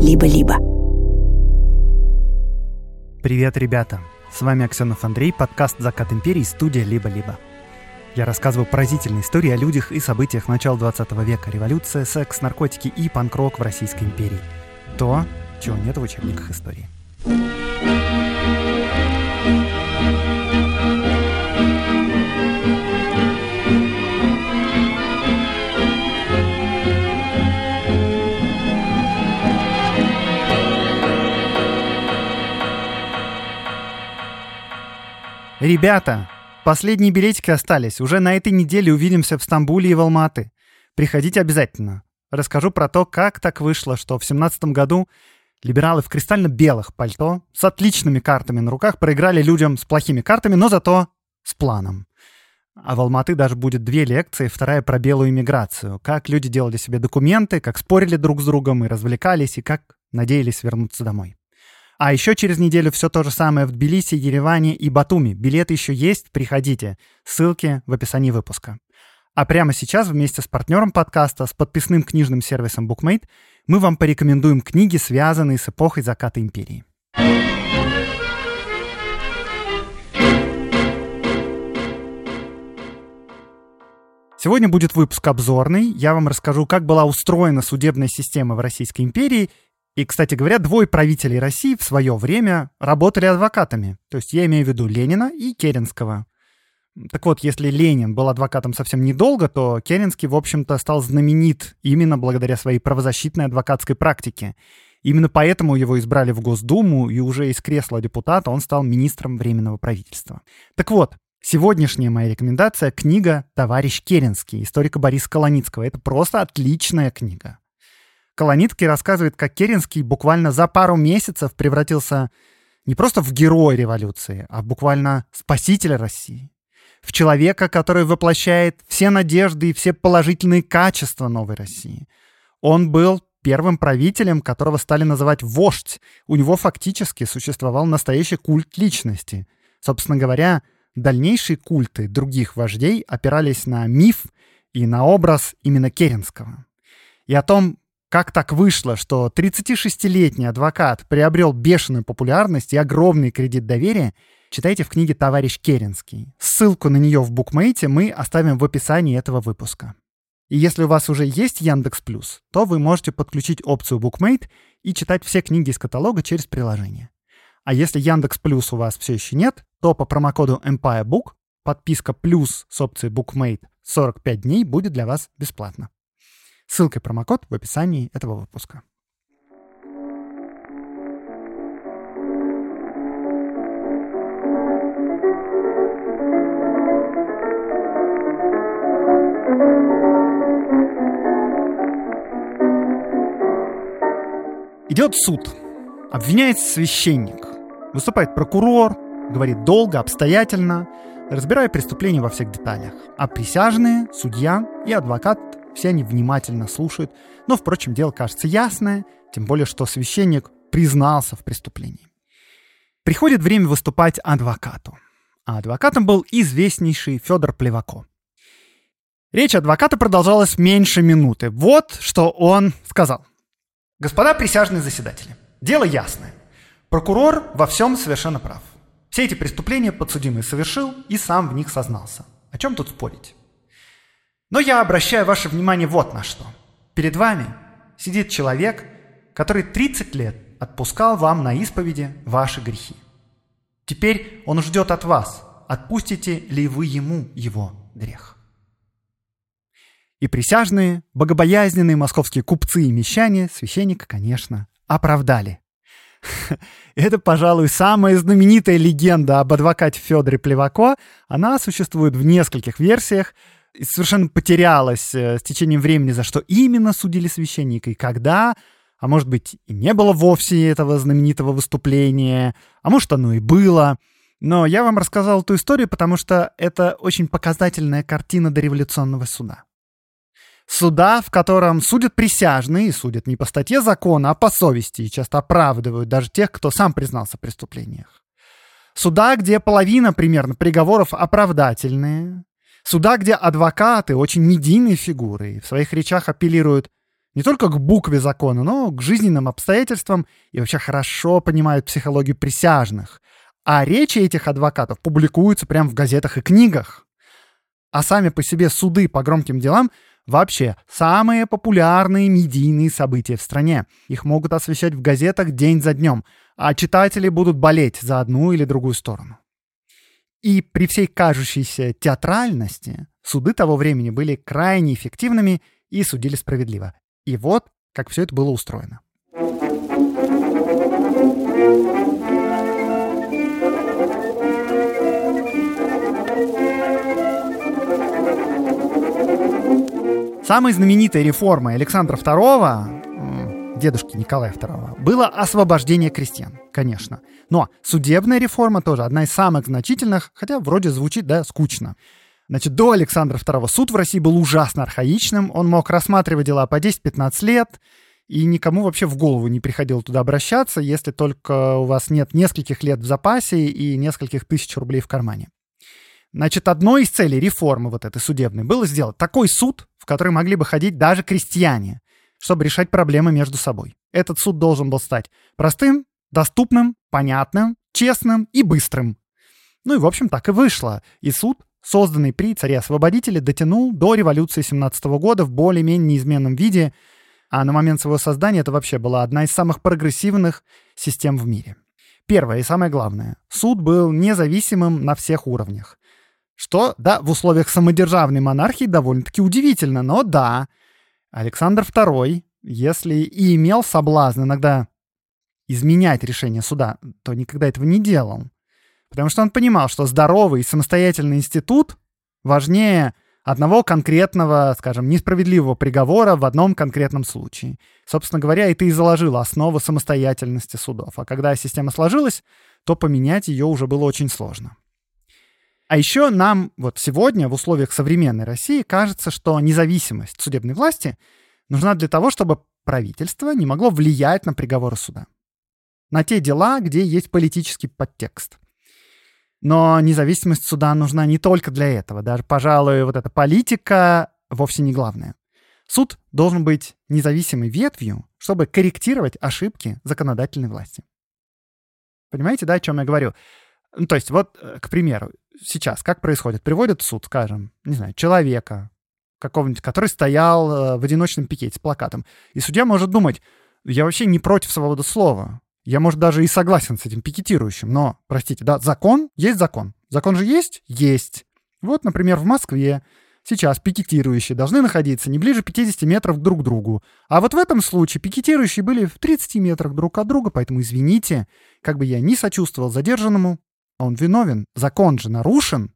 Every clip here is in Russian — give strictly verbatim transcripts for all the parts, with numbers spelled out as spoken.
«Либо-либо». Привет, ребята! С вами Аксенов Андрей, подкаст «Закат империи», студия «Либо-либо». Я рассказываю поразительные истории о людях и событиях начала двадцатого века. Революция, секс, наркотики и панк-рок в Российской империи. То, чего нет в учебниках истории. Ребята, последние билетики остались. Уже на этой неделе увидимся в Стамбуле и в Алматы. Приходите обязательно. Расскажу про то, как так вышло, что в семнадцатом году либералы в кристально-белых пальто с отличными картами на руках проиграли людям с плохими картами, но зато с планом. А в Алматы даже будет две лекции, вторая про белую иммиграцию. Как люди делали себе документы, как спорили друг с другом и развлекались, и как надеялись вернуться домой. А еще через неделю все то же самое в Тбилиси, Ереване и Батуми. Билеты еще есть, приходите. Ссылки в описании выпуска. А прямо сейчас вместе с партнером подкаста, с подписным книжным сервисом BookMate, мы вам порекомендуем книги, связанные с эпохой заката империи. Сегодня будет выпуск обзорный. Я вам расскажу, как была устроена судебная система в Российской империи. И, кстати говоря, двое правителей России в свое время работали адвокатами. То есть я имею в виду Ленина и Керенского. Так вот, если Ленин был адвокатом совсем недолго, то Керенский, в общем-то, стал знаменит именно благодаря своей правозащитной адвокатской практике. Именно поэтому его избрали в Госдуму, и уже из кресла депутата он стал министром Временного правительства. Так вот, сегодняшняя моя рекомендация — книга «Товарищ Керенский» историка Бориса Колоницкого. Это просто отличная книга. Колоницкий рассказывает, как Керенский буквально за пару месяцев превратился не просто в героя революции, а буквально спасителя России. В человека, который воплощает все надежды и все положительные качества новой России. Он был первым правителем, которого стали называть вождь. У него фактически существовал настоящий культ личности. Собственно говоря, дальнейшие культы других вождей опирались на миф и на образ именно Керенского. И о том, как так вышло, что тридцатишестилетний адвокат приобрел бешеную популярность и огромный кредит доверия, читайте в книге «Товарищ Керенский». Ссылку на нее в BookMate мы оставим в описании этого выпуска. И если у вас уже есть Яндекс.Плюс, то вы можете подключить опцию BookMate и читать все книги из каталога через приложение. А если Яндекс.Плюс у вас все еще нет, то по промокоду EmpireBook подписка плюс с опцией BookMate сорок пять дней будет для вас бесплатно. Ссылка и промокод в описании этого выпуска. Идет суд. Обвиняется священник. Выступает прокурор, говорит долго, обстоятельно, разбирая преступление во всех деталях. А присяжные, судья и адвокат все они внимательно слушают, но, впрочем, дело кажется ясное, тем более, что священник признался в преступлении. Приходит время выступать адвокату. А адвокатом был известнейший Федор Плевако. Речь адвоката продолжалась меньше минуты. Вот что он сказал. «Господа присяжные заседатели, дело ясное. Прокурор во всем совершенно прав. Все эти преступления подсудимый совершил и сам в них сознался. О чем тут спорить? Но я обращаю ваше внимание вот на что. Перед вами сидит человек, который тридцать лет отпускал вам на исповеди ваши грехи. Теперь он ждет от вас, отпустите ли вы ему его грех». И присяжные, богобоязненные московские купцы и мещане священника, конечно, оправдали. Это, пожалуй, самая знаменитая легенда об адвокате Федоре Плевако. Она существует в нескольких версиях. И совершенно потерялась э, с течением времени, за что именно судили священника и когда, а может быть и не было вовсе этого знаменитого выступления, а может оно и было. Но я вам рассказал эту историю, потому что это очень показательная картина дореволюционного суда. Суда, в котором судят присяжные, и судят не по статье закона, а по совести, и часто оправдывают даже тех, кто сам признался в преступлениях. Суда, где половина примерно приговоров оправдательные. Суда, где адвокаты, очень медийные фигуры, в своих речах апеллируют Не только к букве закона, но к жизненным обстоятельствам и вообще хорошо понимают психологию присяжных. А речи этих адвокатов публикуются прямо в газетах и книгах. А сами по себе суды по громким делам вообще самые популярные медийные события в стране. Их могут освещать в газетах день за днем, а читатели будут болеть за одну или другую сторону. И при всей кажущейся театральности суды того времени были крайне эффективными и судили справедливо. И вот как все это было устроено. Самой знаменитой реформой Александра второго, дедушки Николая второго, было освобождение крестьян, конечно. Но судебная реформа тоже одна из самых значительных, хотя вроде звучит, да, скучно. Значит, до Александра второго суд в России был ужасно архаичным, он мог рассматривать дела по десять-пятнадцать лет, и никому вообще в голову не приходило туда обращаться, если только у вас нет нескольких лет в запасе и нескольких тысяч рублей в кармане. Значит, одной из целей реформы вот этой судебной было сделать такой суд, в который могли бы ходить даже крестьяне, чтобы решать проблемы между собой. Этот суд должен был стать простым, доступным, понятным, честным и быстрым. Ну и, в общем, так и вышло. И суд, созданный при царе-освободителе, дотянул до революции семнадцатого года в более-менее неизменном виде, а на момент своего создания это вообще была одна из самых прогрессивных систем в мире. Первое и самое главное. Суд был независимым на всех уровнях. Что, да, в условиях самодержавной монархии довольно-таки удивительно, но да, Александр второй, если и имел соблазн иногда изменять решение суда, то никогда этого не делал. Потому что он понимал, что здоровый самостоятельный институт важнее одного конкретного, скажем, несправедливого приговора в одном конкретном случае. Собственно говоря, это и заложило основу самостоятельности судов. А когда система сложилась, то поменять ее уже было очень сложно. А еще нам вот сегодня в условиях современной России кажется, что независимость судебной власти нужна для того, чтобы правительство не могло влиять на приговоры суда. На те дела, где есть политический подтекст. Но независимость суда нужна не только для этого. Даже, пожалуй, вот эта политика вовсе не главное. Суд должен быть независимой ветвью, чтобы корректировать ошибки законодательной власти. Понимаете, да, о чем я говорю? Ну, то есть, вот, к примеру, сейчас как происходит? Приводят в суд, скажем, не знаю, человека какого-нибудь, который стоял в одиночном пикете с плакатом. И судья может думать, я вообще не против свободы слова. Я, может, даже и согласен с этим пикетирующим. Но, простите, да, закон есть закон. Закон же есть? Есть. Вот, например, в Москве сейчас пикетирующие должны находиться не ближе пятидесяти метров друг к другу. А вот в этом случае пикетирующие были в тридцати метрах друг от друга, поэтому извините, как бы я ни сочувствовал задержанному, он виновен, закон же нарушен.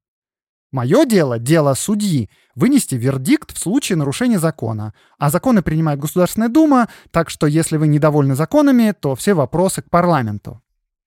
Мое дело, дело судьи, вынести вердикт в случае нарушения закона. А законы принимает Государственная Дума, так что если вы недовольны законами, то все вопросы к парламенту.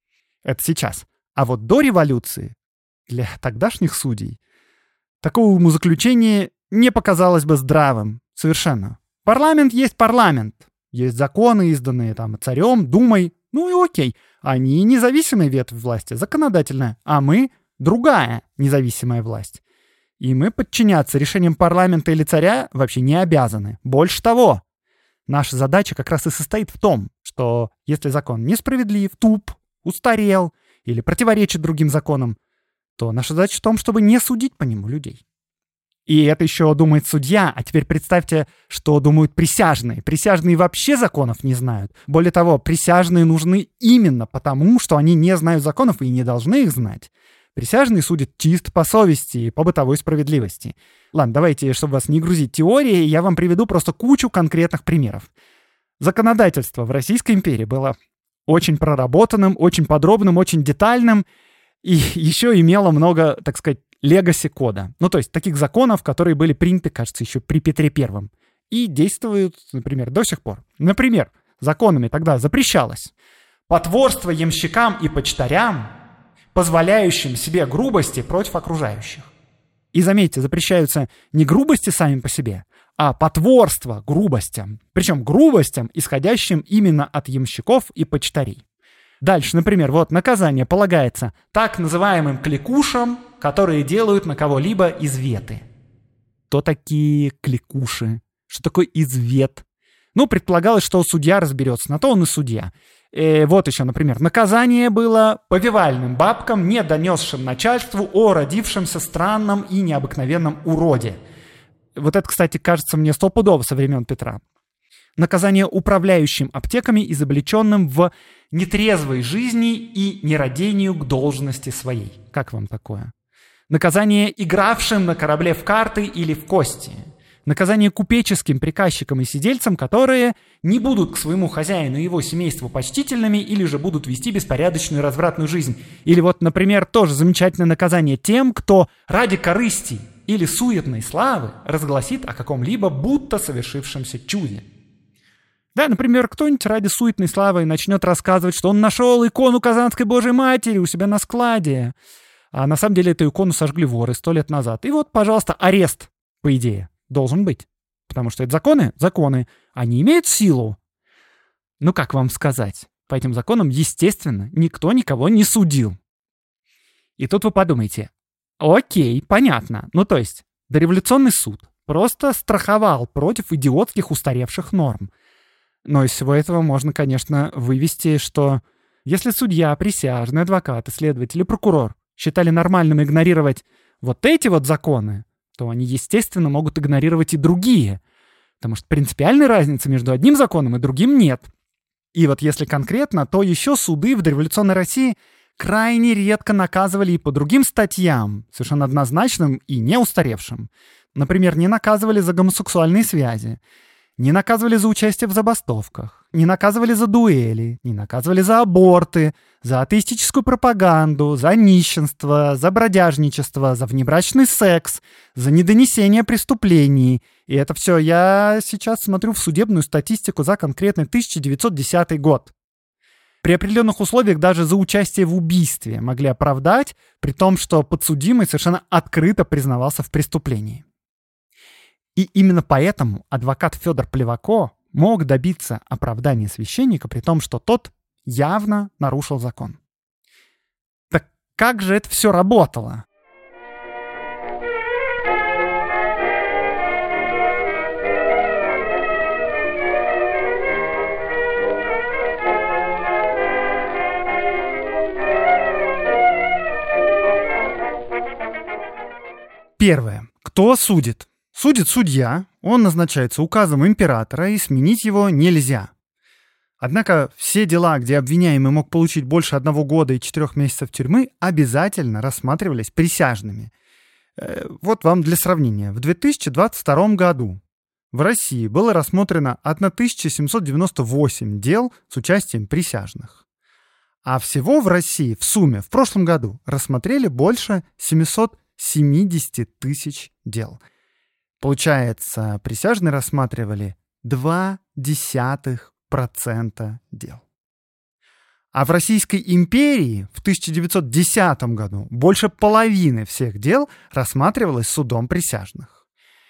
Это сейчас. А вот до революции для тогдашних судей такое умозаключение не показалось бы здравым. Совершенно. Парламент есть парламент. Есть законы, изданные там царем, думой. Ну и окей. Они независимая ветвь власти, законодательная, а мы другая независимая власть. И мы подчиняться решениям парламента или царя вообще не обязаны. Больше того, наша задача как раз и состоит в том, что если закон несправедлив, туп, устарел или противоречит другим законам, то наша задача в том, чтобы не судить по нему людей. И это еще думает судья, а теперь представьте, что думают присяжные. Присяжные вообще законов не знают. Более того, присяжные нужны именно потому, что они не знают законов и не должны их знать. Присяжные судят чисто по совести и по бытовой справедливости. Ладно, давайте, чтобы вас не грузить теорией, я вам приведу просто кучу конкретных примеров. Законодательство в Российской империи было очень проработанным, очень подробным, очень детальным и еще имело много, так сказать, легаси-кода. Ну, то есть таких законов, которые были приняты, кажется, еще при Петре Первом. И действуют, например, до сих пор. Например, законами тогда запрещалось потворство ямщикам и почтарям, позволяющим себе грубости против окружающих. И заметьте, запрещаются не грубости сами по себе, а потворство грубостям. Причем грубостям, исходящим именно от ямщиков и почтарей. Дальше, например, вот наказание полагается так называемым кликушам, которые делают на кого-либо изветы. Кто такие кликуши? Что такое извет? Ну, предполагалось, что судья разберется, на то он и судья. И вот еще, например, наказание было повивальным бабкам, не донесшим начальству о родившемся странном и необыкновенном уроде. Вот это, кстати, кажется мне стопудово со времен Петра. Наказание управляющим аптеками, изобличенным в нетрезвой жизни и нерадению к должности своей. Как вам такое? Наказание игравшим на корабле в карты или в кости. Наказание купеческим приказчикам и сидельцам, которые не будут к своему хозяину и его семейству почтительными или же будут вести беспорядочную развратную жизнь. Или вот, например, тоже замечательное наказание тем, кто ради корысти или суетной славы разгласит о каком-либо будто совершившемся чуде. Да, например, кто-нибудь ради суетной славы начнет рассказывать, что он нашел икону Казанской Божьей Матери у себя на складе, а на самом деле эту икону сожгли воры сто лет назад. И вот, пожалуйста, арест, по идее, должен быть. Потому что это законы, законы, они имеют силу. Ну, как вам сказать? По этим законам, естественно, никто никого не судил. И тут вы подумаете, окей, понятно. Ну, то есть, дореволюционный суд просто страховал против идиотских устаревших норм. Но из всего этого можно, конечно, вывести, что если судья, присяжный, адвокат, следователь или прокурор считали нормальным игнорировать вот эти вот законы, то они, естественно, могут игнорировать и другие. Потому что принципиальной разницы между одним законом и другим нет. И вот если конкретно, то еще суды в дореволюционной России крайне редко наказывали и по другим статьям, совершенно однозначным и не устаревшим. Например, не наказывали за гомосексуальные связи, не наказывали за участие в забастовках, не наказывали за дуэли, не наказывали за аборты, за атеистическую пропаганду, за нищенство, за бродяжничество, за внебрачный секс, за недонесение преступлений. И это все я сейчас смотрю в судебную статистику за конкретный тысяча девятьсот десятый год. При определенных условиях даже за участие в убийстве могли оправдать, при том, что подсудимый совершенно открыто признавался в преступлении. И именно поэтому адвокат Федор Плевако мог добиться оправдания священника, при том, что тот явно нарушил закон. Так как же это все работало? Первое. Кто судит? Судит судья, он назначается указом императора, и сменить его нельзя. Однако все дела, где обвиняемый мог получить больше одного года и четырех месяцев тюрьмы, обязательно рассматривались присяжными. Э, вот вам для сравнения. В две тысячи двадцать втором году в России было рассмотрено тысяча семьсот девяносто восемь дел с участием присяжных. А всего в России в сумме в прошлом году рассмотрели больше семьсот семьдесят тысяч дел. Получается, присяжные рассматривали два десятых процента дел. А в Российской империи в тысяча девятьсот десятом году больше половины всех дел рассматривалось судом присяжных.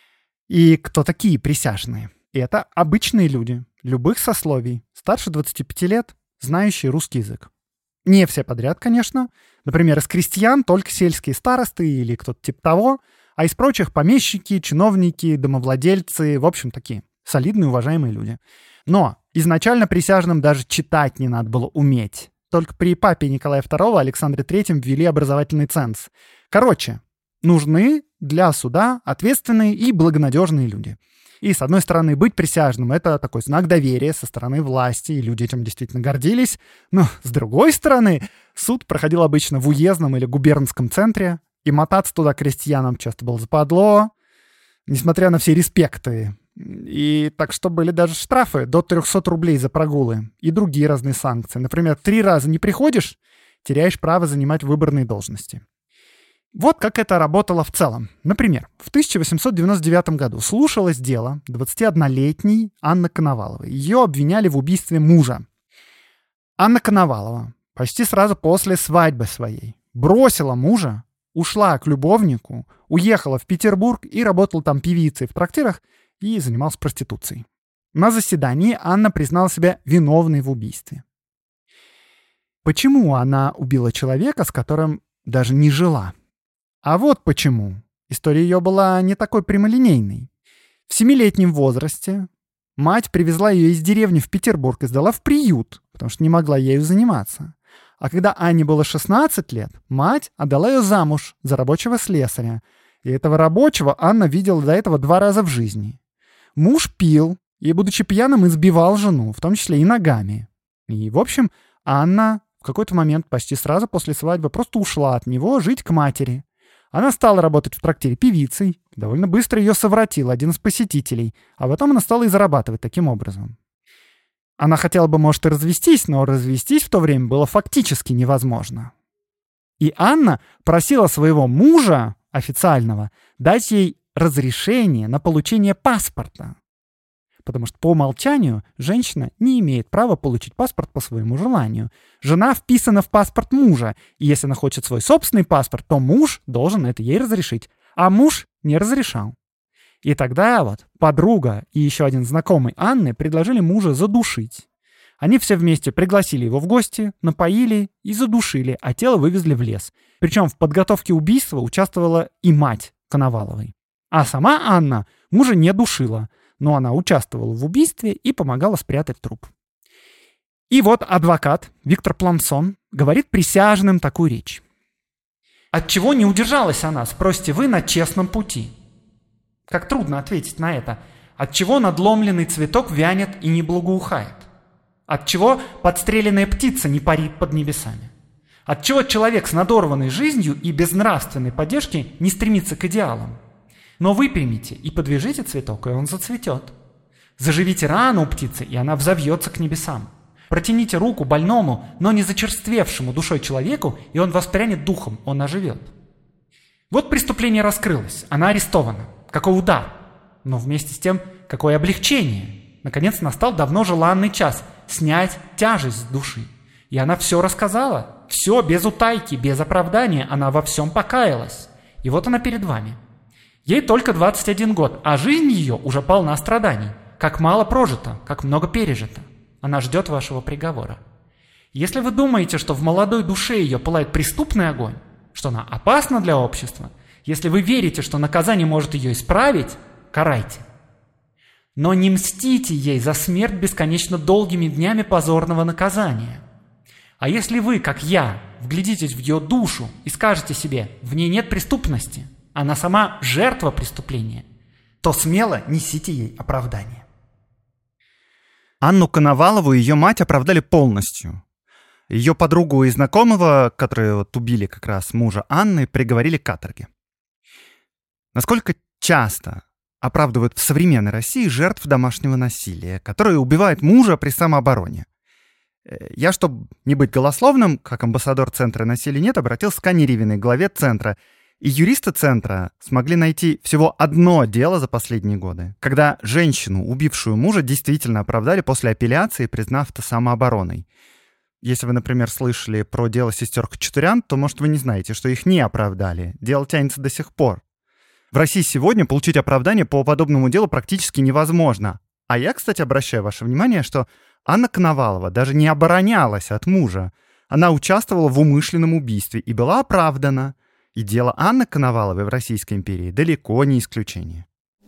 И кто такие присяжные? Это обычные люди, любых сословий, старше двадцати пяти лет, знающие русский язык. Не все подряд, конечно. Например, из крестьян только сельские старосты или кто-то типа того, а из прочих помещики, чиновники, домовладельцы, в общем, такие солидные, уважаемые люди. Но изначально присяжным даже читать не надо было уметь. Только при папе Николая второго Александре третьем ввели образовательный ценз. Короче, нужны для суда ответственные и благонадежные люди. И, с одной стороны, быть присяжным — это такой знак доверия со стороны власти, и люди этим действительно гордились. Но, с другой стороны, суд проходил обычно в уездном или губернском центре, и мотаться туда крестьянам часто было западло, несмотря на все респекты. И так что были даже штрафы до триста рублей за прогулы и другие разные санкции. Например, три раза не приходишь — теряешь право занимать выборные должности. Вот как это работало в целом. Например, в тысяча восемьсот девяносто девятом году слушалось дело двадцатиоднолетней Анны Коноваловой. Ее обвиняли в убийстве мужа. Анна Коновалова почти сразу после свадьбы своей бросила мужа, ушла к любовнику, уехала в Петербург и работала там певицей в трактирах и занималась проституцией. На заседании Анна признала себя виновной в убийстве. Почему она убила человека, с которым даже не жила? А вот почему. История ее была не такой прямолинейной. В семилетнем возрасте Мать привезла ее из деревни в Петербург и сдала в приют, потому что не могла ею заниматься. А когда Анне было шестнадцать лет, мать отдала ее замуж за рабочего слесаря. И этого рабочего Анна видела до этого два раза в жизни. Муж пил и, будучи пьяным, избивал жену, в том числе и ногами. И, в общем, Анна в какой-то момент, почти сразу после свадьбы, просто ушла от него жить к матери. Она стала работать в трактире певицей. Довольно быстро ее совратил один из посетителей, а потом она стала и зарабатывать таким образом. Она хотела бы, может, и развестись, но развестись в то время было фактически невозможно. И Анна просила своего мужа, официального, дать ей разрешение на получение паспорта. Потому что по умолчанию женщина не имеет права получить паспорт по своему желанию. Жена вписана в паспорт мужа, и если она хочет свой собственный паспорт, то муж должен это ей разрешить. А муж не разрешал. И тогда вот подруга и еще один знакомый Анны предложили мужа задушить. Они все вместе пригласили его в гости, напоили и задушили, а тело вывезли в лес. Причем в подготовке убийства участвовала и мать Коноваловой. А сама Анна мужа не душила, но она участвовала в убийстве и помогала спрятать труп. И вот адвокат Виктор Плансон говорит присяжным такую речь. Отчего не удержалась она, спросите вы, на честном пути? Как трудно ответить на это. Отчего надломленный цветок вянет и не благоухает? Отчего подстреленная птица не парит под небесами? Отчего человек с надорванной жизнью и без нравственной поддержки не стремится к идеалам? Но выпрямите и подвяжите цветок, и он зацветет. Заживите рану у птицы, и она взовьется к небесам. Протяните руку больному, но не зачерствевшему душой человеку, и он воспрянет духом, он оживет. Вот преступление раскрылось, она арестована. Какой удар! Но вместе с тем, какое облегчение! Наконец настал давно желанный час снять тяжесть с души. И она все рассказала, все без утайки, без оправдания, она во всем покаялась. И вот она перед вами. Ей только двадцать один год, а жизнь ее уже полна страданий. Как мало прожито, как много пережито. Она ждет вашего приговора. Если вы думаете, что в молодой душе ее пылает преступный огонь, что она опасна для общества, если вы верите, что наказание может ее исправить, карайте. Но не мстите ей за смерть бесконечно долгими днями позорного наказания. А если вы, как я, вглядитесь в ее душу и скажете себе, в ней нет преступности, она сама жертва преступления, то смело несите ей оправдание. Анну Коновалову и ее мать оправдали полностью. Ее подругу и знакомого, которые вот убили как раз мужа Анны, приговорили к каторге. Насколько часто оправдывают в современной России жертв домашнего насилия, которые убивают мужа при самообороне? Я, чтобы не быть голословным, как амбассадор Центра «Насилия нет», обратился к Анне Ривиной, главе Центра. И юристы Центра смогли найти всего одно дело за последние годы, когда женщину, убившую мужа, действительно оправдали после апелляции, признав это самообороной. Если вы, например, слышали про дело сестер Хачатурян, то, может, вы не знаете, что их не оправдали. Дело тянется до сих пор. В России сегодня получить оправдание по подобному делу практически невозможно. А я, кстати, обращаю ваше внимание, что Анна Коновалова даже не оборонялась от мужа. Она участвовала в умышленном убийстве и была оправдана. И дело Анны Коноваловой в Российской империи далеко не исключение.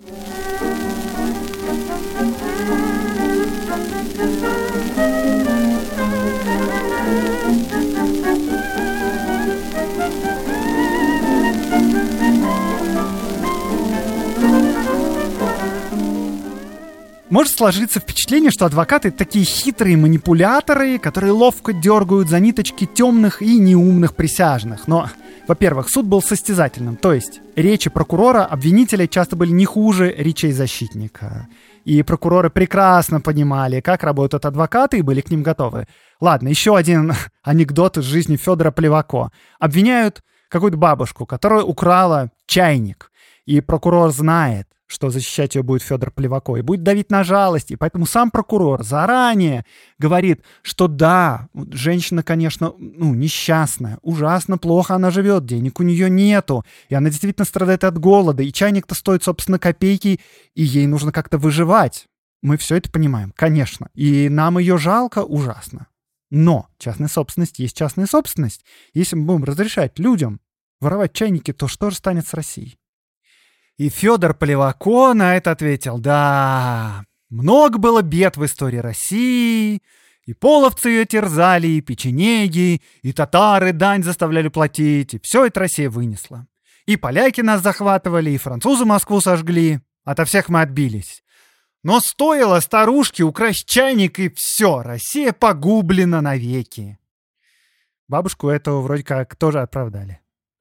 Может сложиться впечатление, что адвокаты — такие хитрые манипуляторы, которые ловко дергают за ниточки темных и неумных присяжных. Но, во-первых, суд был состязательным, то есть речи прокурора, обвинителя часто были не хуже речей защитника. И прокуроры прекрасно понимали, как работают адвокаты, и были к ним готовы. Ладно, еще один анекдот из жизни Федора Плевако. Обвиняют какую-то бабушку, которая украла чайник. И прокурор знает, что защищать ее будет Федор Плевако, и будет давить на жалость, и поэтому сам прокурор заранее говорит, что да, женщина, конечно, ну, несчастная, ужасно плохо она живет, денег у нее нету, и она действительно страдает от голода, и чайник-то стоит, собственно, копейки, и ей нужно как-то выживать. Мы все это понимаем, конечно, и нам ее жалко ужасно. Но частная собственность есть частная собственность. Если мы будем разрешать людям воровать чайники, то что же станет с Россией? И Федор Плевако на это ответил: да, Много было бед в истории России, и половцы ее терзали, и печенеги, и татары дань заставляли платить, и все это Россия вынесла. И поляки нас захватывали, и французы Москву сожгли. Ото всех мы отбились. Но стоило старушке украсть чайник, и все, Россия погублена навеки. Бабушку этого вроде как тоже оправдали.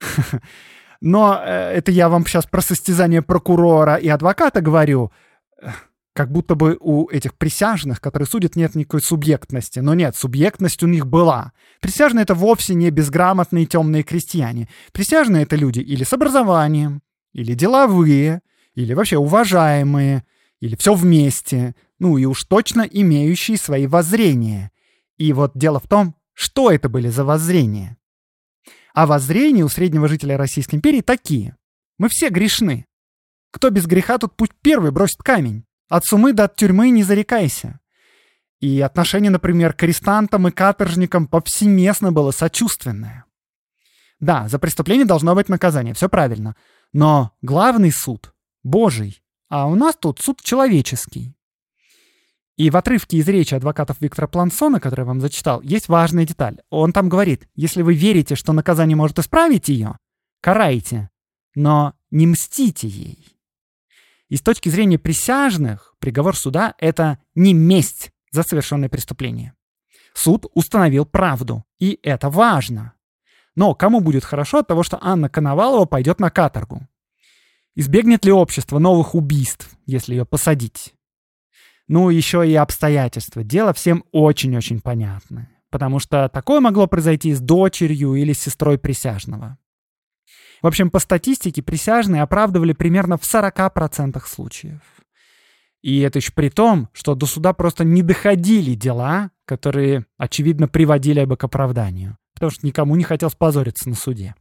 Но это я вам сейчас про состязание прокурора и адвоката говорю. Как будто бы у этих присяжных, которые судят, нет никакой субъектности. Но нет, субъектность у них была. Присяжные — это вовсе не безграмотные темные крестьяне. Присяжные — это люди или с образованием, или деловые, или вообще уважаемые, или все вместе. Ну и уж точно имеющие свои воззрения. И вот дело в том, что это были за воззрения. А воззрения у среднего жителя Российской империи такие. Мы все грешны. Кто без греха, тут пусть первый бросит камень. От сумы до от тюрьмы не зарекайся. И отношение, например, к арестантам и каторжникам повсеместно было сочувственное. Да, за преступление должно быть наказание, все правильно. Но главный суд — Божий, а у нас тут суд человеческий. И в отрывке из речи адвокатов Виктора Плансона, который я вам зачитал, есть важная деталь. Он там говорит: если вы верите, что наказание может исправить ее, карайте, но не мстите ей. И с точки зрения присяжных, приговор суда — это не месть за совершенное преступление. Суд установил правду, и это важно. Но кому будет хорошо от того, что Анна Коновалова пойдет на каторгу? Избегнет ли общество новых убийств, если ее посадить? Ну, еще и обстоятельства. Дело всем очень-очень понятно. Потому что такое могло произойти с дочерью или с сестрой присяжного. В общем, по статистике присяжные оправдывали примерно в сорока процентах случаев. И это еще при том, что до суда просто не доходили дела, которые, очевидно, приводили бы к оправданию. Потому что никому не хотелось позориться на суде.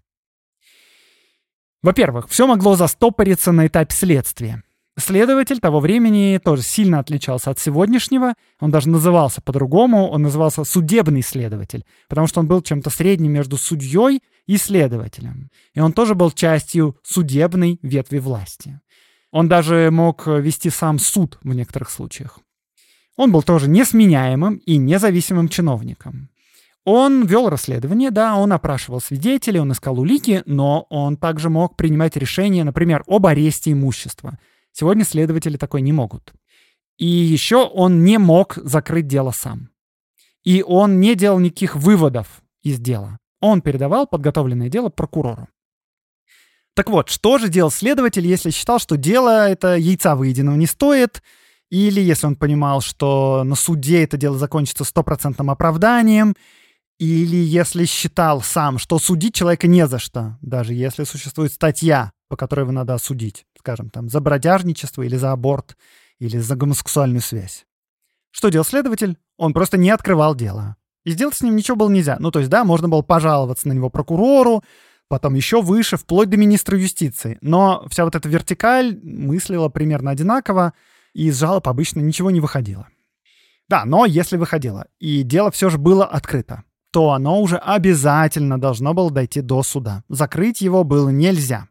Во-первых, все могло застопориться на этапе следствия. Следователь того времени тоже сильно отличался от сегодняшнего. Он даже назывался по-другому. Он назывался судебный следователь, потому что он был чем-то средним между судьей и следователем. И он тоже был частью судебной ветви власти. Он даже мог вести сам суд в некоторых случаях. Он был тоже несменяемым и независимым чиновником. Он вел расследование, да, он опрашивал свидетелей, он искал улики, но он также мог принимать решения, например, об аресте имущества. Сегодня следователи такое не могут. И еще он не мог закрыть дело сам. И он не делал никаких выводов из дела. Он передавал подготовленное дело прокурору. Так вот, что же делал следователь, если считал, что дело это яйца выеденного не стоит, или если он понимал, что на суде это дело закончится стопроцентным оправданием, или если считал сам, что судить человека не за что, даже если существует статья, по которой его надо осудить, скажем, там, за бродяжничество или за аборт, или за гомосексуальную связь. Что делал следователь? Он просто не открывал дело. И сделать с ним ничего было нельзя. Ну, то есть, да, можно было пожаловаться на него прокурору, потом еще выше, вплоть до министра юстиции. Но вся вот эта вертикаль мыслила примерно одинаково, и из жалоб обычно ничего не выходило. Да, но если выходило, и дело все же было открыто, то оно уже обязательно должно было дойти до суда. Закрыть его было нельзя.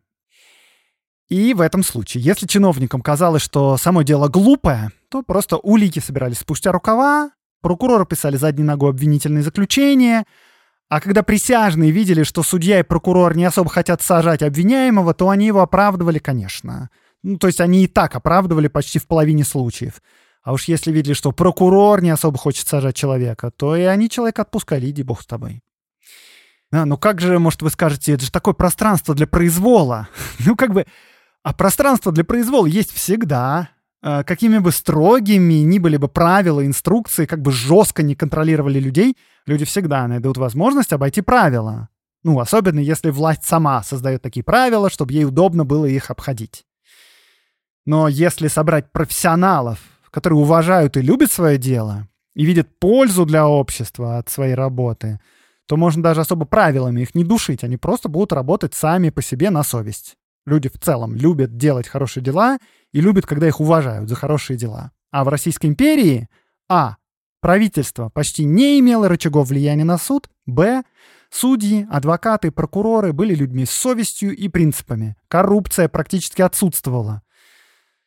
И в этом случае, если чиновникам казалось, что само дело глупое, то просто улики собирались спустя рукава, прокуроры писали задней ногой обвинительные заключения, а когда присяжные видели, что судья и прокурор не особо хотят сажать обвиняемого, то они его оправдывали, конечно. Ну, то есть они и так оправдывали почти в половине случаев. А уж если видели, что прокурор не особо хочет сажать человека, то и они человека отпускали, иди бог с тобой. А, ну как же, может, вы скажете, это же такое пространство для произвола. Ну как бы, а пространство для произвола есть всегда. Какими бы строгими ни были бы правила, инструкции, как бы жестко не контролировали людей, люди всегда найдут возможность обойти правила. Ну, особенно если власть сама создает такие правила, чтобы ей удобно было их обходить. Но если собрать профессионалов, которые уважают и любят свое дело, и видят пользу для общества от своей работы, то можно даже особо правилами их не душить, они просто будут работать сами по себе на совесть. Люди в целом любят делать хорошие дела и любят, когда их уважают за хорошие дела. А в Российской империи а. правительство почти не имело рычагов влияния на суд, б. судьи, адвокаты, прокуроры были людьми с совестью и принципами. Коррупция практически отсутствовала.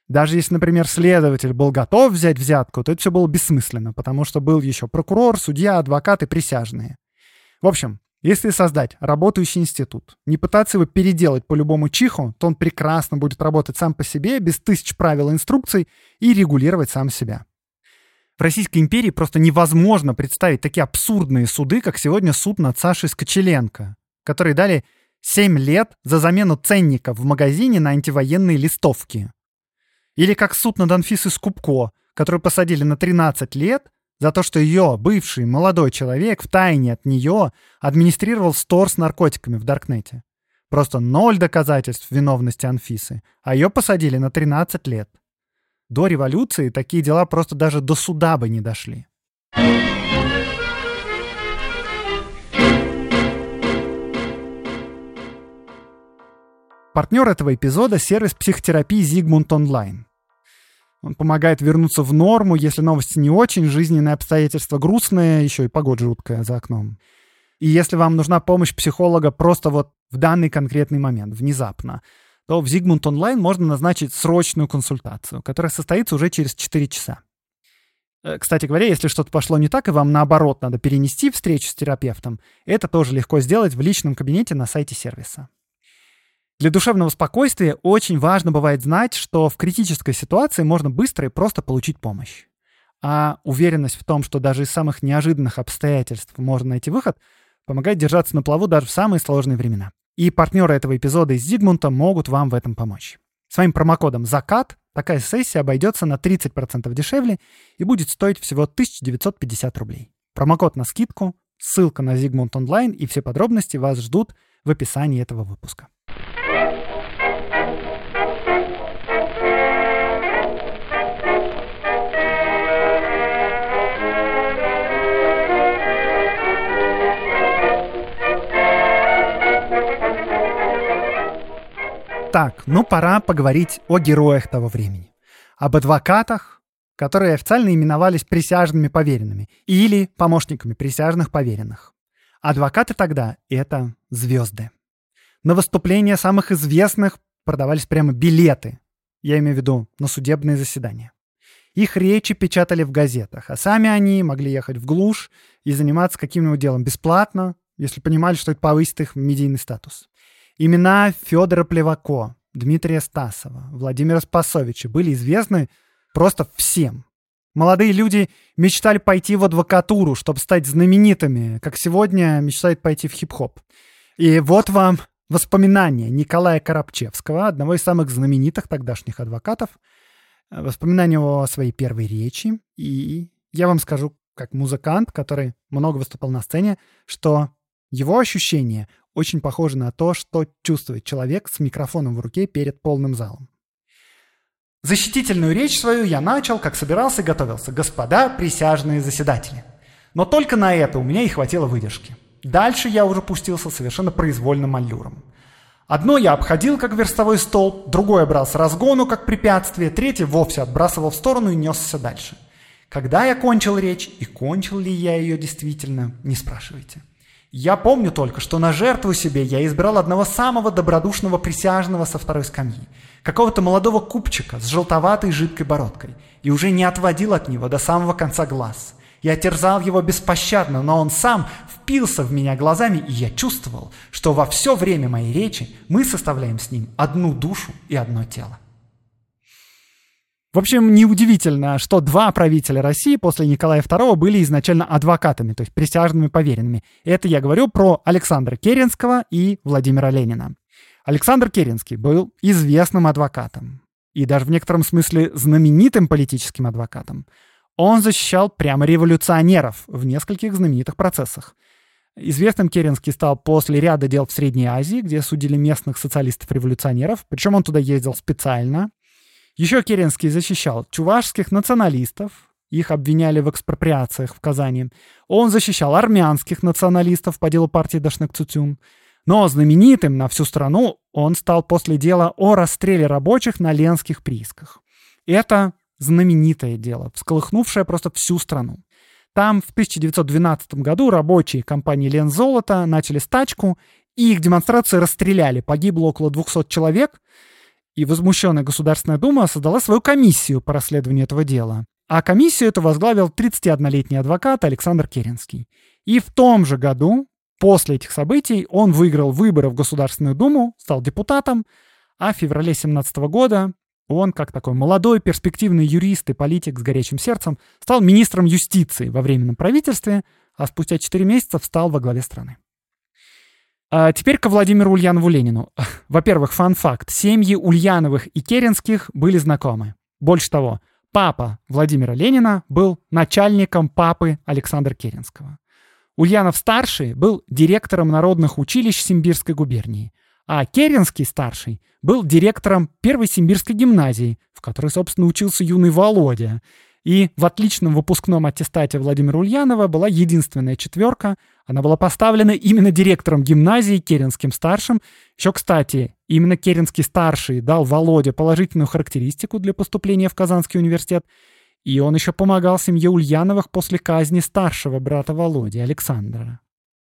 Даже если, например, следователь был готов взять взятку, то это все было бессмысленно, потому что был еще прокурор, судья, адвокат и присяжные. В общем, если создать работающий институт, не пытаться его переделать по любому чиху, то он прекрасно будет работать сам по себе, без тысяч правил и инструкций, и регулировать сам себя. В Российской империи просто невозможно представить такие абсурдные суды, как сегодня суд над Сашей Скочеленко, которые дали семь лет за замену ценников в магазине на антивоенные листовки. Или как суд над Анфисой Скупко, которую посадили на тринадцать лет за то, что ее бывший молодой человек втайне от нее администрировал стор с наркотиками в Даркнете. Просто ноль доказательств виновности Анфисы, а ее посадили на тринадцать лет. До революции такие дела просто даже до суда бы не дошли. Партнер этого эпизода — сервис психотерапии Zigmund Online. Он помогает вернуться в норму, если новости не очень, жизненные обстоятельства грустные, еще и погода жуткая за окном. И если вам нужна помощь психолога просто вот в данный конкретный момент, внезапно, то в Zigmund Online можно назначить срочную консультацию, которая состоится уже через четыре часа. Кстати говоря, если что-то пошло не так, и вам наоборот надо перенести встречу с терапевтом, это тоже легко сделать в личном кабинете на сайте сервиса. Для душевного спокойствия очень важно бывает знать, что в критической ситуации можно быстро и просто получить помощь. А уверенность в том, что даже из самых неожиданных обстоятельств можно найти выход, помогает держаться на плаву даже в самые сложные времена. И партнеры этого эпизода из Зигмунта могут вам в этом помочь. Своим промокодом «Закат» такая сессия обойдется на тридцать процентов дешевле и будет стоить всего тысяча девятьсот пятьдесят рублей. Промокод на скидку, ссылка на Zigmund Online и все подробности вас ждут в описании этого выпуска. Так, ну пора поговорить о героях того времени. Об адвокатах, которые официально именовались присяжными поверенными или помощниками присяжных поверенных. Адвокаты тогда — это звезды. На выступления самых известных продавались прямо билеты. Я имею в виду на судебные заседания. Их речи печатали в газетах, а сами они могли ехать в глушь и заниматься каким-нибудь делом бесплатно, если понимали, что это повысит их медийный статус. Имена Федора Плевако, Дмитрия Стасова, Владимира Спасовича были известны просто всем. Молодые люди мечтали пойти в адвокатуру, чтобы стать знаменитыми, как сегодня мечтают пойти в хип-хоп. И вот вам воспоминания Николая Коробчевского, одного из самых знаменитых тогдашних адвокатов, воспоминания о своей первой речи. И я вам скажу, как музыкант, который много выступал на сцене, что его ощущения очень похожи на то, что чувствует человек с микрофоном в руке перед полным залом. Защитительную речь свою я начал, как собирался и готовился. Господа присяжные заседатели. Но только на это у меня и хватило выдержки. Дальше я уже пустился совершенно произвольным аллюром. Одно я обходил, как верстовой столб, другое брал с разгону, как препятствие, третье вовсе отбрасывал в сторону и несся дальше. Когда я кончил речь, и кончил ли я ее действительно, не спрашивайте. Я помню только, что на жертву себе я избрал одного самого добродушного присяжного со второй скамьи, какого-то молодого купчика с желтоватой жидкой бородкой, и уже не отводил от него до самого конца глаз. Я терзал его беспощадно, но он сам впился в меня глазами, и я чувствовал, что во все время моей речи мы составляем с ним одну душу и одно тело. В общем, неудивительно, что два правителя России после Николая второго были изначально адвокатами, то есть присяжными поверенными. Это я говорю про Александра Керенского и Владимира Ленина. Александр Керенский был известным адвокатом и даже в некотором смысле знаменитым политическим адвокатом. Он защищал прямо революционеров в нескольких знаменитых процессах. Известным Керенский стал после ряда дел в Средней Азии, где судили местных социалистов-революционеров, причем он туда ездил специально. Еще Керенский защищал чувашских националистов, их обвиняли в экспроприациях в Казани. Он защищал армянских националистов по делу партии Дашнак-Цутюн. Но знаменитым на всю страну он стал после дела о расстреле рабочих на Ленских приисках. Это знаменитое дело, всколыхнувшее просто всю страну. Там в тысяча девятьсот двенадцатом году рабочие компании Лензолото начали стачку, и их демонстрации расстреляли. Погибло около двухсот человек. И возмущенная Государственная Дума создала свою комиссию по расследованию этого дела. А комиссию эту возглавил тридцатиоднолетний адвокат Александр Керенский. И в том же году, после этих событий, он выиграл выборы в Государственную Думу, стал депутатом, а в феврале две тысячи семнадцатого года он, как такой молодой, перспективный юрист и политик с горячим сердцем, стал министром юстиции во временном правительстве, а спустя четыре месяца встал во главе страны. А теперь ко Владимиру Ульянову Ленину. Во-первых, фан-факт. Семьи Ульяновых и Керенских были знакомы. Больше того, папа Владимира Ленина был начальником папы Александра Керенского. Ульянов-старший был директором народных училищ Симбирской губернии, а Керенский-старший был директором первой Симбирской гимназии, в которой, собственно, учился юный Володя. И в отличном выпускном аттестате Владимира Ульянова была единственная четверка. Она была поставлена именно директором гимназии Керенским-старшим. Еще, кстати, именно Керенский-старший дал Володе положительную характеристику для поступления в Казанский университет. И он еще помогал семье Ульяновых после казни старшего брата Володи, Александра.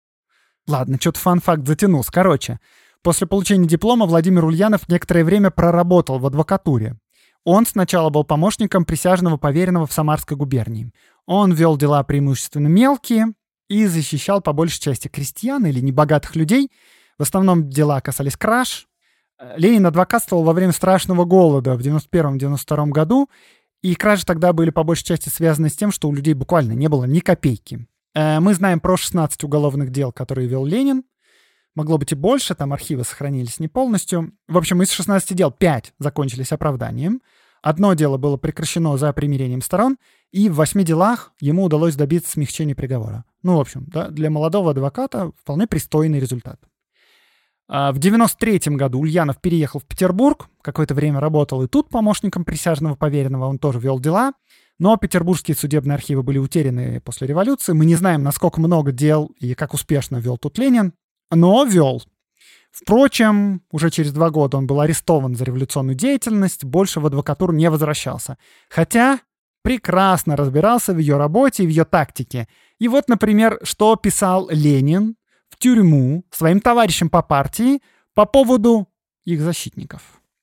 Ладно, что-то фан-факт затянулся. Короче, после получения диплома Владимир Ульянов некоторое время проработал в адвокатуре. Он сначала был помощником присяжного поверенного в Самарской губернии. Он вел дела преимущественно мелкие и защищал по большей части крестьян или небогатых людей. В основном дела касались краж. Ленин адвокатствовал во время страшного голода в девяносто первом — девяносто втором году, и кражи тогда были по большей части связаны с тем, что у людей буквально не было ни копейки. Мы знаем про шестнадцать уголовных дел, которые вел Ленин. Могло быть и больше, там архивы сохранились не полностью. В общем, из шестнадцати дел пять закончились оправданием. Одно дело было прекращено за примирением сторон, и в восьми делах ему удалось добиться смягчения приговора. Ну, в общем, да, для молодого адвоката вполне пристойный результат. А в девяносто третьем году Ульянов переехал в Петербург, какое-то время работал и тут помощником присяжного поверенного, он тоже вел дела. Но петербургские судебные архивы были утеряны после революции. Мы не знаем, насколько много дел и как успешно вел тут Ленин, но вел. Впрочем, уже через два года он был арестован за революционную деятельность, больше в адвокатуру не возвращался. Хотя прекрасно разбирался в ее работе и в ее тактике. И вот, например, что писал Ленин в тюрьму своим товарищам по партии по поводу их защитников.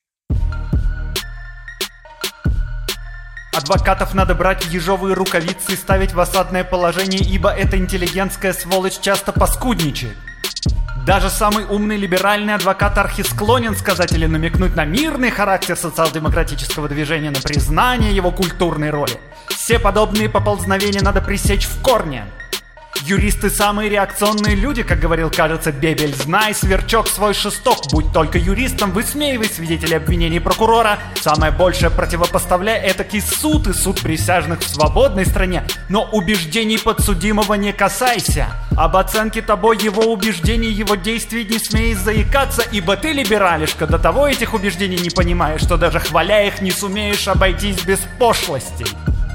Адвокатов надо брать в ежовые рукавицы и ставить в осадное положение, ибо эта интеллигентская сволочь часто паскудничает. Даже самый умный либеральный адвокат архисклонен сказать или намекнуть на мирный характер социал-демократического движения, на признание его культурной роли. Все подобные поползновения надо пресечь в корне. Юристы самые реакционные люди, как говорил, кажется, Бебель. Знай, сверчок, свой шесток. Будь только юристом, высмеивай свидетелей обвинений прокурора. Самое большее противопоставляй этакий суд и суд присяжных в свободной стране. Но убеждений подсудимого не касайся. Об оценке тобой его убеждений, его действий не смей заикаться, ибо ты, либералишка, до того этих убеждений не понимаешь, что даже хваля их не сумеешь обойтись без пошлостей.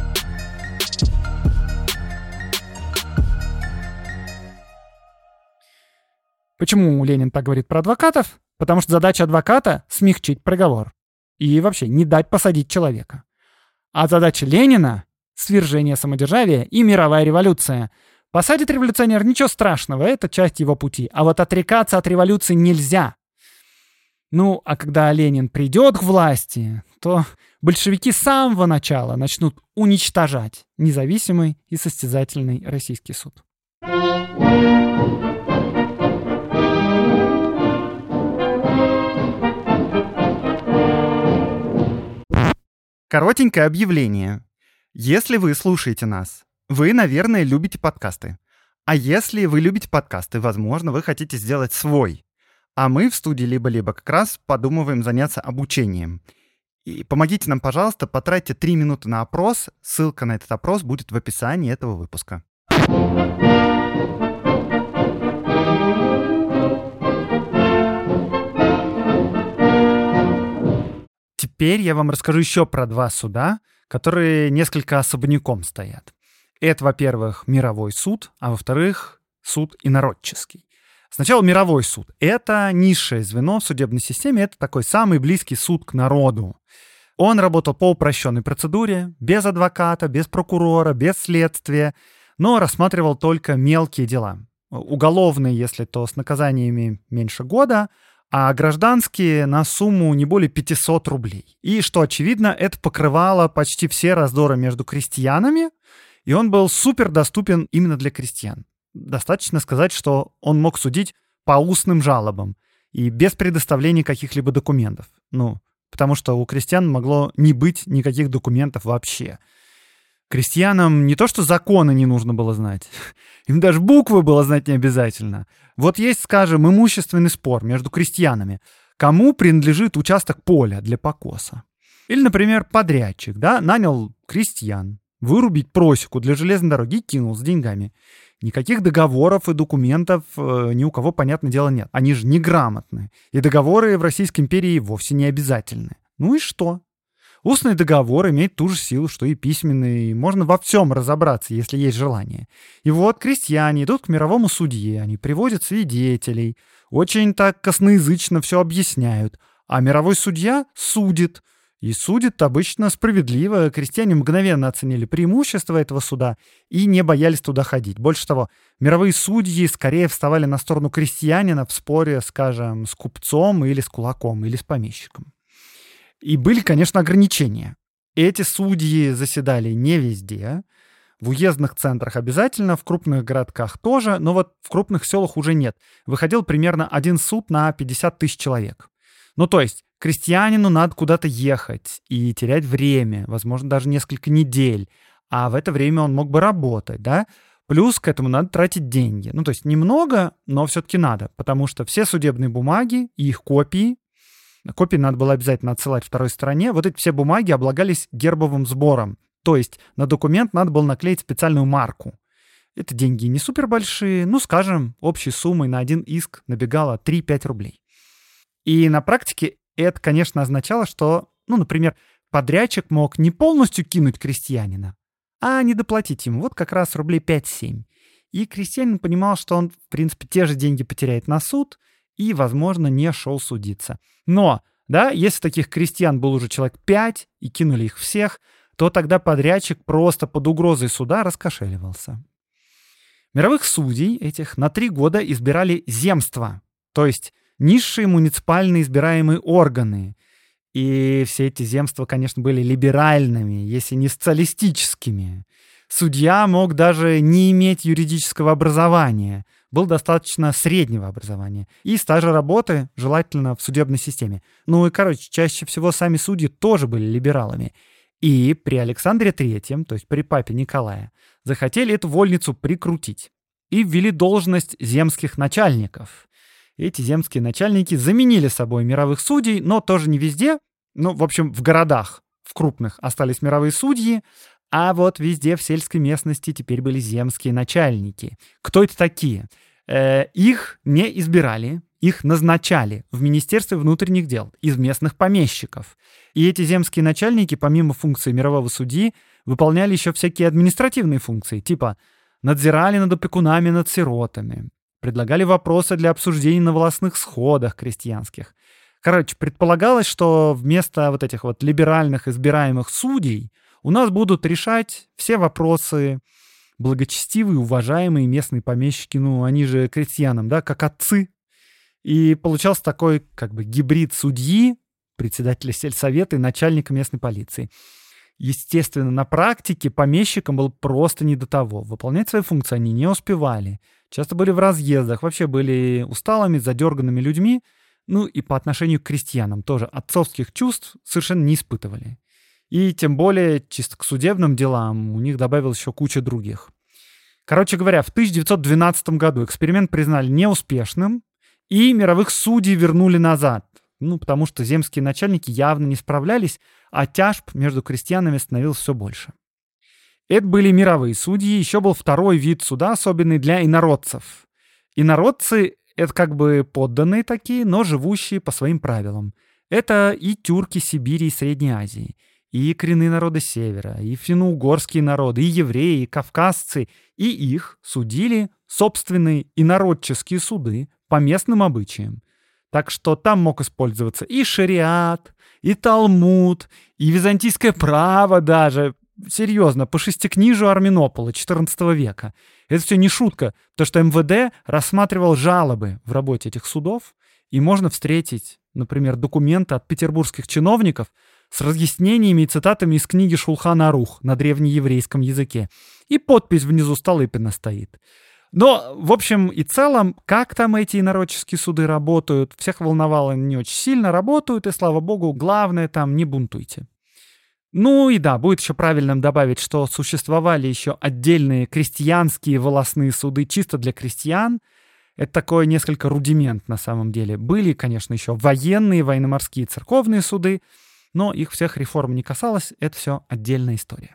Почему Ленин так говорит про адвокатов? Потому что задача адвоката — смягчить приговор. И вообще не дать посадить человека. А задача Ленина — свержение самодержавия и мировая революция. Посадит революционер — ничего страшного, это часть его пути. А вот отрекаться от революции нельзя. Ну, а когда Ленин придет к власти, то большевики с самого начала начнут уничтожать независимый и состязательный российский суд. Коротенькое объявление. Если вы слушаете нас, вы, наверное, любите подкасты. А если вы любите подкасты, возможно, вы хотите сделать свой. А мы в студии «Либо-либо» как раз подумываем заняться обучением. И помогите нам, пожалуйста, потратьте три минуты на опрос. Ссылка на этот опрос будет в описании этого выпуска. Теперь я вам расскажу еще про два суда, которые несколько особняком стоят. Это, во-первых, мировой суд, а во-вторых, суд инородческий. Сначала мировой суд. Это низшее звено в судебной системе, это такой самый близкий суд к народу. Он работал по упрощенной процедуре, без адвоката, без прокурора, без следствия, но рассматривал только мелкие дела. Уголовные, если то с наказаниями меньше года, а гражданские на сумму не более пятьсот рублей. И, что очевидно, это покрывало почти все раздоры между крестьянами, и он был супер доступен именно для крестьян. Достаточно сказать, что он мог судить по устным жалобам и без предоставления каких-либо документов. Ну, потому что у крестьян могло не быть никаких документов вообще. Крестьянам не то что законы не нужно было знать, им даже буквы было знать не обязательно. Вот есть, скажем, имущественный спор между крестьянами. Кому принадлежит участок поля для покоса? Или, например, подрядчик, да, нанял крестьян вырубить просеку для железной дороги и кинул с деньгами. Никаких договоров и документов э, ни у кого, понятное дело, нет. Они же неграмотны. И договоры в Российской империи вовсе не обязательны. Ну и что? Устный договор имеет ту же силу, что и письменный. Можно во всем разобраться, если есть желание. И вот крестьяне идут к мировому судье, они приводят свидетелей, очень так косноязычно все объясняют. А мировой судья судит. И судит обычно справедливо. Крестьяне мгновенно оценили преимущества этого суда и не боялись туда ходить. Больше того, мировые судьи скорее вставали на сторону крестьянина в споре, скажем, с купцом или с кулаком, или с помещиком. И были, конечно, ограничения. Эти судьи заседали не везде. В уездных центрах обязательно, в крупных городках тоже, но вот в крупных селах уже нет. Выходил примерно один суд на пятьдесят тысяч человек. Ну, то есть, крестьянину надо куда-то ехать и терять время, возможно, даже несколько недель. А в это время он мог бы работать, да? Плюс к этому надо тратить деньги. Ну, то есть, немного, но все-таки надо, потому что все судебные бумаги и их копии, копии надо было обязательно отсылать второй стороне. Вот эти все бумаги облагались гербовым сбором. То есть на документ надо было наклеить специальную марку. Это деньги не супер большие. Ну, скажем, общей суммой на один иск набегало три-пять рублей. И на практике это, конечно, означало, что, ну, например, подрядчик мог не полностью кинуть крестьянина, а не доплатить ему. Вот как раз рублей пять-семь. И крестьянин понимал, что он, в принципе, те же деньги потеряет на суд и, возможно, не шел судиться. Но, да, если таких крестьян был уже человек пять и кинули их всех, то тогда подрядчик просто под угрозой суда раскошеливался. Мировых судей этих на три года избирали земства, то есть низшие муниципальные избираемые органы. И все эти земства, конечно, были либеральными, если не социалистическими. Судья мог даже не иметь юридического образования, был достаточно среднего образования и стажа работы, желательно в судебной системе. Ну и, короче, чаще всего сами судьи тоже были либералами. И при Александре Третьем, то есть при папе Николае, захотели эту вольницу прикрутить и ввели должность земских начальников. Эти земские начальники заменили собой мировых судей, но тоже не везде. Ну, в общем, в городах, в крупных, остались мировые судьи, а вот везде в сельской местности теперь были земские начальники. Кто это такие? Э, их не избирали, их назначали в Министерстве внутренних дел из местных помещиков. И эти земские начальники, помимо функции мирового судьи, выполняли еще всякие административные функции, типа надзирали над опекунами над сиротами, предлагали вопросы для обсуждений на волостных сходах крестьянских. Короче, предполагалось, что вместо вот этих вот либеральных избираемых судей у нас будут решать все вопросы благочестивые, уважаемые местные помещики, ну, они же крестьянам, да, как отцы. И получался такой, как бы, гибрид судьи, председателя сельсовета и начальника местной полиции. Естественно, на практике помещикам было просто не до того. Выполнять свои функции они не успевали. Часто были в разъездах, вообще были усталыми, задерганными людьми. Ну и по отношению к крестьянам тоже отцовских чувств совершенно не испытывали. И тем более чисто к судебным делам у них добавилось еще куча других. Короче говоря, в тысяча девятьсот двенадцатом году эксперимент признали неуспешным, и мировых судей вернули назад. Ну, потому что земские начальники явно не справлялись, а тяжб между крестьянами становилось все больше. Это были мировые судьи, еще был второй вид суда, особенный для инородцев. Инородцы — это как бы подданные такие, но живущие по своим правилам. Это и тюрки Сибири и Средней Азии, и коренные народы Севера, и финно-угорские народы, и евреи, и кавказцы, и их судили собственные инородческие суды по местным обычаям. Так что там мог использоваться и шариат, и Талмуд, и византийское право даже. Серьезно, по шестикнижию Арминопола четырнадцатого века. Это все не шутка, потому что эм вэ дэ рассматривал жалобы в работе этих судов, И можно встретить, например, документы от петербургских чиновников с разъяснениями и цитатами из книги Шулхан Арух на древнееврейском языке. И подпись внизу Столыпина стоит. Но, в общем и целом, как там эти инородческие суды работают, всех волновало не очень сильно, работают, и, слава богу, главное там не бунтуйте. Ну и да, будет еще правильным добавить, что существовали еще отдельные крестьянские волостные суды чисто для крестьян. Это такой несколько рудимент на самом деле. Были, конечно, еще военные, военно-морские, церковные суды, но их всех реформ не касалось, это все отдельная история.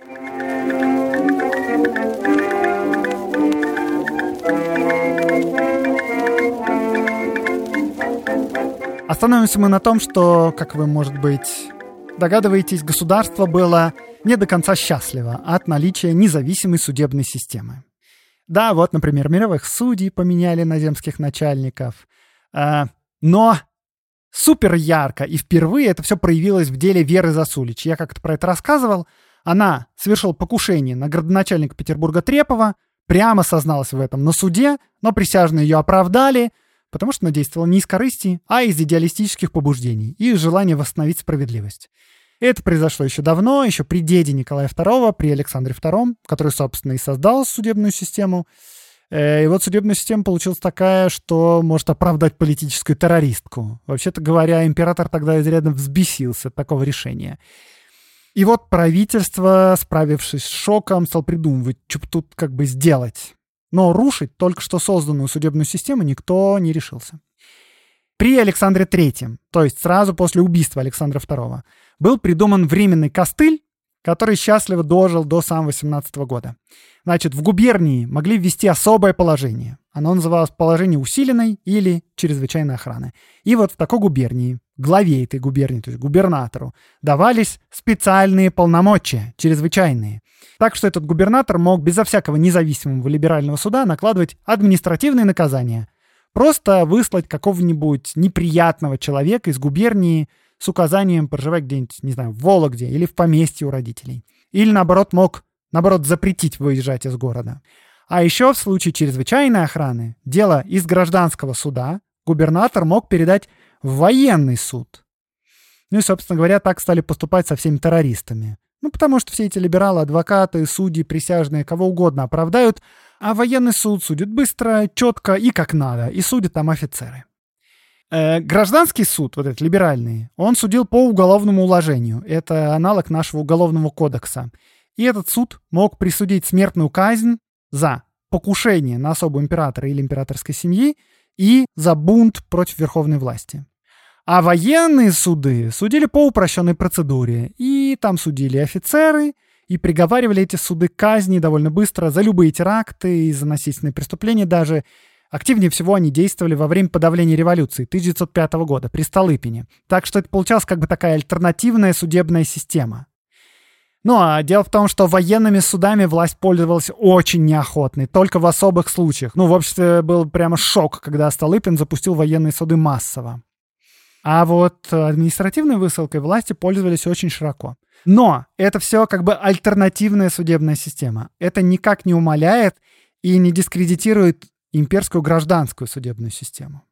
Остановимся мы на том, что, как вы, может быть, догадываетесь, государство было не до конца счастливо от наличия независимой судебной системы. Да, вот, например, мировых судей поменяли на земских начальников, э, но супер ярко и впервые это все проявилось в деле Веры Засулич. Я как-то про это рассказывал. Она совершила покушение на градоначальника Петербурга Трепова, прямо созналась в этом на суде, но присяжные ее оправдали, потому что она действовала не из корысти, а из идеалистических побуждений и из желания восстановить справедливость. И это произошло еще давно, еще при деде Николая второго, при Александре втором, который, собственно, и создал судебную систему. И вот судебная система получилась такая, что может оправдать политическую террористку. Вообще-то говоря, император тогда изрядно взбесился от такого решения. И вот правительство, справившись с шоком, стало придумывать, что тут как бы сделать. Но рушить только что созданную судебную систему никто не решился. При Александре третьем, то есть сразу после убийства Александра второго, был придуман временный костыль, который счастливо дожил до самого семнадцатого года. Значит, в губернии могли ввести особое положение. Оно называлось положение усиленной или чрезвычайной охраны. И вот в такой губернии, главе этой губернии, то есть губернатору, давались специальные полномочия, чрезвычайные. Так что этот губернатор мог безо всякого независимого либерального суда накладывать административные наказания. Просто выслать какого-нибудь неприятного человека из губернии с указанием проживать где-нибудь, не знаю, в Вологде или в поместье у родителей. Или, наоборот, мог, наоборот, запретить выезжать из города. А еще в случае чрезвычайной охраны дело из гражданского суда губернатор мог передать в военный суд. Ну и, собственно говоря, так стали поступать со всеми террористами. Ну, потому что все эти либералы, адвокаты, судьи, присяжные, кого угодно оправдают, а военный суд судит быстро, четко и как надо, и судят там офицеры. Э, гражданский суд, вот этот либеральный, он судил по уголовному уложению. Это аналог нашего уголовного кодекса. И этот суд мог присудить смертную казнь за покушение на особу императора или императорской семьи и за бунт против верховной власти. А военные суды судили по упрощенной процедуре. И там судили офицеры, и приговаривали эти суды к казни довольно быстро за любые теракты и за насильственные преступления даже. Активнее всего они действовали во время подавления революции тысяча девятьсот пятого года при Столыпине. Так что это получалась как бы такая альтернативная судебная система. Ну а дело в том, что военными судами власть пользовалась очень неохотно, только в особых случаях. Ну, в обществе был прямо шок, когда Столыпин запустил военные суды массово. А вот административной высылкой власти пользовались очень широко. Но это все как бы альтернативная судебная система. Это никак не умаляет и не дискредитирует имперскую гражданскую судебную систему.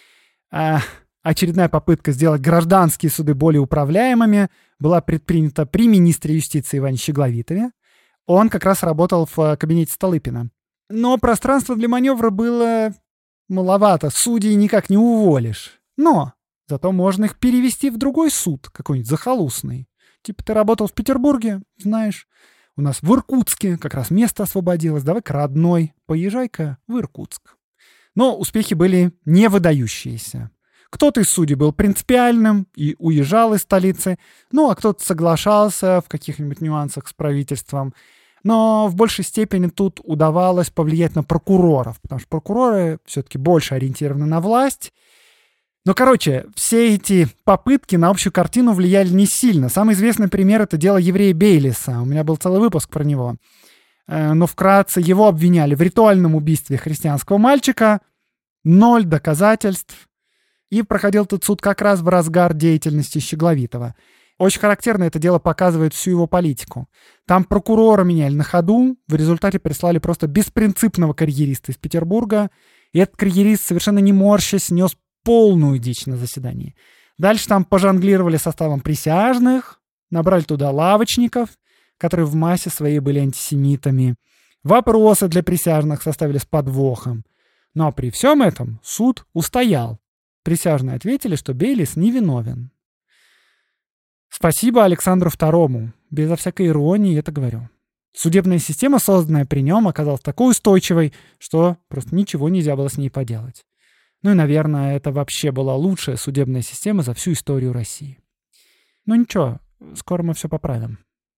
А очередная попытка сделать гражданские суды более управляемыми была предпринята при министре юстиции Иване Щегловитове. Он как раз работал в кабинете Столыпина. Но пространства для маневра было маловато, судей никак не уволишь. Но зато можно их перевести в другой суд, какой-нибудь захолустный. Типа ты работал в Петербурге, знаешь, у нас в Иркутске как раз место освободилось, давай-ка родной, поезжай-ка в Иркутск. Но успехи были не выдающиеся. Кто-то из судей был принципиальным и уезжал из столицы, ну а кто-то соглашался в каких-нибудь нюансах с правительством. Но в большей степени тут удавалось повлиять на прокуроров, потому что прокуроры все-таки больше ориентированы на власть. Но, короче, все эти попытки на общую картину влияли не сильно. Самый известный пример — это дело еврея Бейлиса. У меня был целый выпуск про него. Но вкратце его обвиняли в ритуальном убийстве христианского мальчика. Ноль доказательств. И проходил этот суд как раз в разгар деятельности Щегловитова. Очень характерно это дело показывает всю его политику. Там прокурора меняли на ходу. В результате прислали просто беспринципного карьериста из Петербурга. И этот карьерист, совершенно не морщась, нес полную дичь на заседании. Дальше там пожонглировали составом присяжных, набрали туда лавочников, которые в массе своей были антисемитами. Вопросы для присяжных составили с подвохом. Но при всем этом суд устоял. Присяжные ответили, что Бейлис невиновен. Спасибо Александру второму. Безо всякой иронии это говорю. Судебная система, созданная при нем, оказалась такой устойчивой, что просто ничего нельзя было с ней поделать. Ну и, наверное, это вообще была лучшая судебная система за всю историю России. Ну ничего, скоро мы все поправим.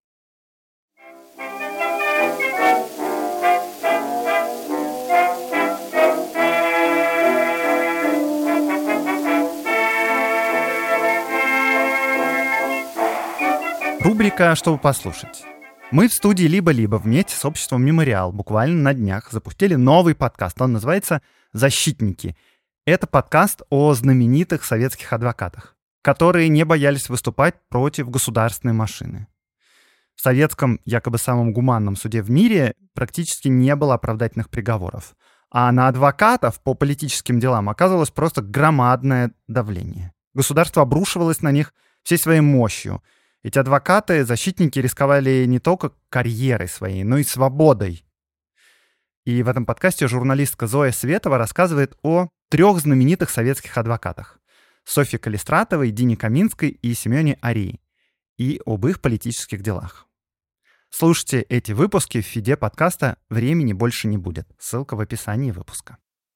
Рубрика «Чтобы послушать». Мы в студии «Либо-либо» вместе с обществом «Мемориал» буквально на днях запустили новый подкаст. Он называется «Защитники». Это подкаст о знаменитых советских адвокатах, которые не боялись выступать против государственной машины. В советском, якобы самом гуманном суде в мире практически не было оправдательных приговоров. А на адвокатов по политическим делам оказывалось просто громадное давление. Государство обрушивалось на них всей своей мощью. Эти адвокаты, защитники рисковали не только карьерой своей, но и свободой. И в этом подкасте журналистка Зоя Светова рассказывает о трех знаменитых советских адвокатах — Софье Калистратовой, Дине Каминской и Семене Арии, и об их политических делах. Слушайте эти выпуски в фиде подкаста «Времени больше не будет». Ссылка в описании выпуска.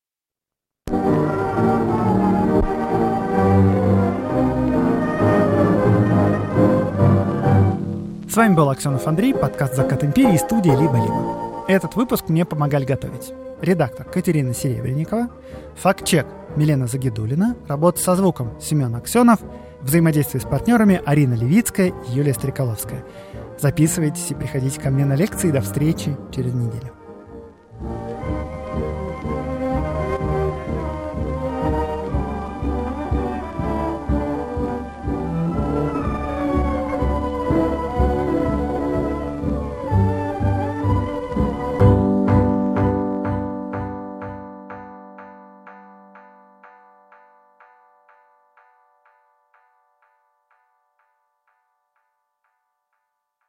С вами был Аксенов Андрей, подкаст «Закат империи», студия «Либо-либо». Этот выпуск мне помогали готовить редактор Катерина Серебренникова, факт-чек Милена Загидулина, работа со звуком Семен Аксенов, взаимодействие с партнерами Арина Левицкая и Юлия Стрекаловская. Записывайтесь и приходите ко мне на лекции. До встречи через неделю.